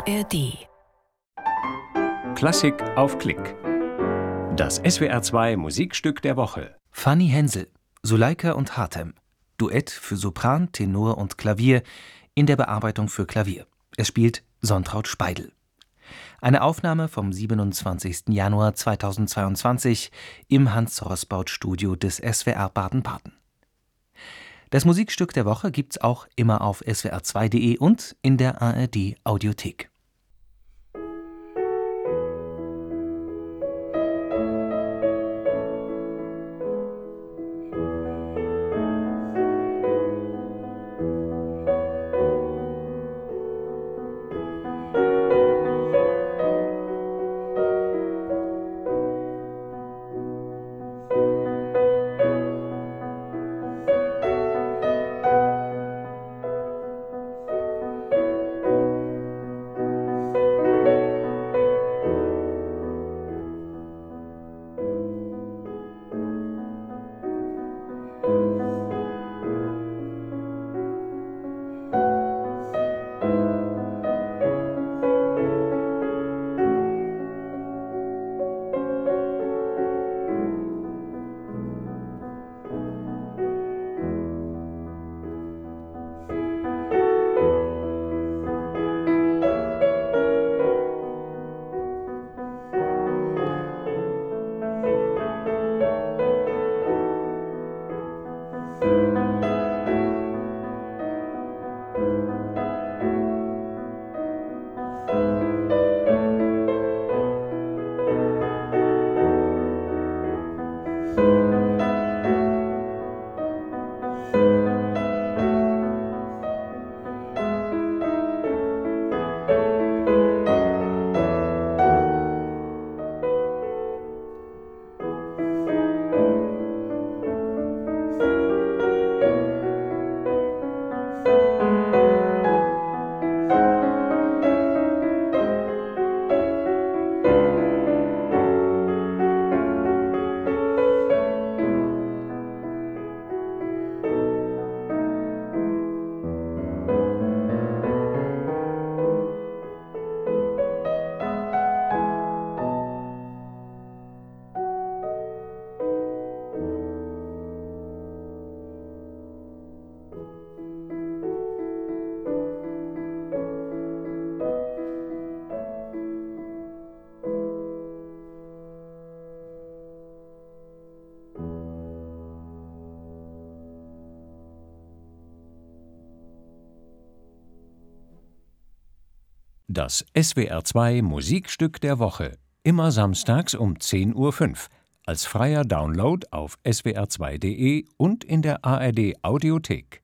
ARD. Klassik auf Klick. Das SWR2 Musikstück der Woche. Fanny Hensel, Suleika und Hatem. Duett für Sopran, Tenor und Klavier in der Bearbeitung für Klavier. Es spielt Sontraud Speidel. Eine Aufnahme vom 27. Januar 2022 im Hans-Rossbaut-Studio des SWR Baden-Baden. Das Musikstück der Woche gibt's auch immer auf swr2.de und in der ARD Audiothek. Das SWR2 Musikstück der Woche. Immer samstags um 10:05 Uhr. Als freier Download auf swr2.de und in der ARD Audiothek.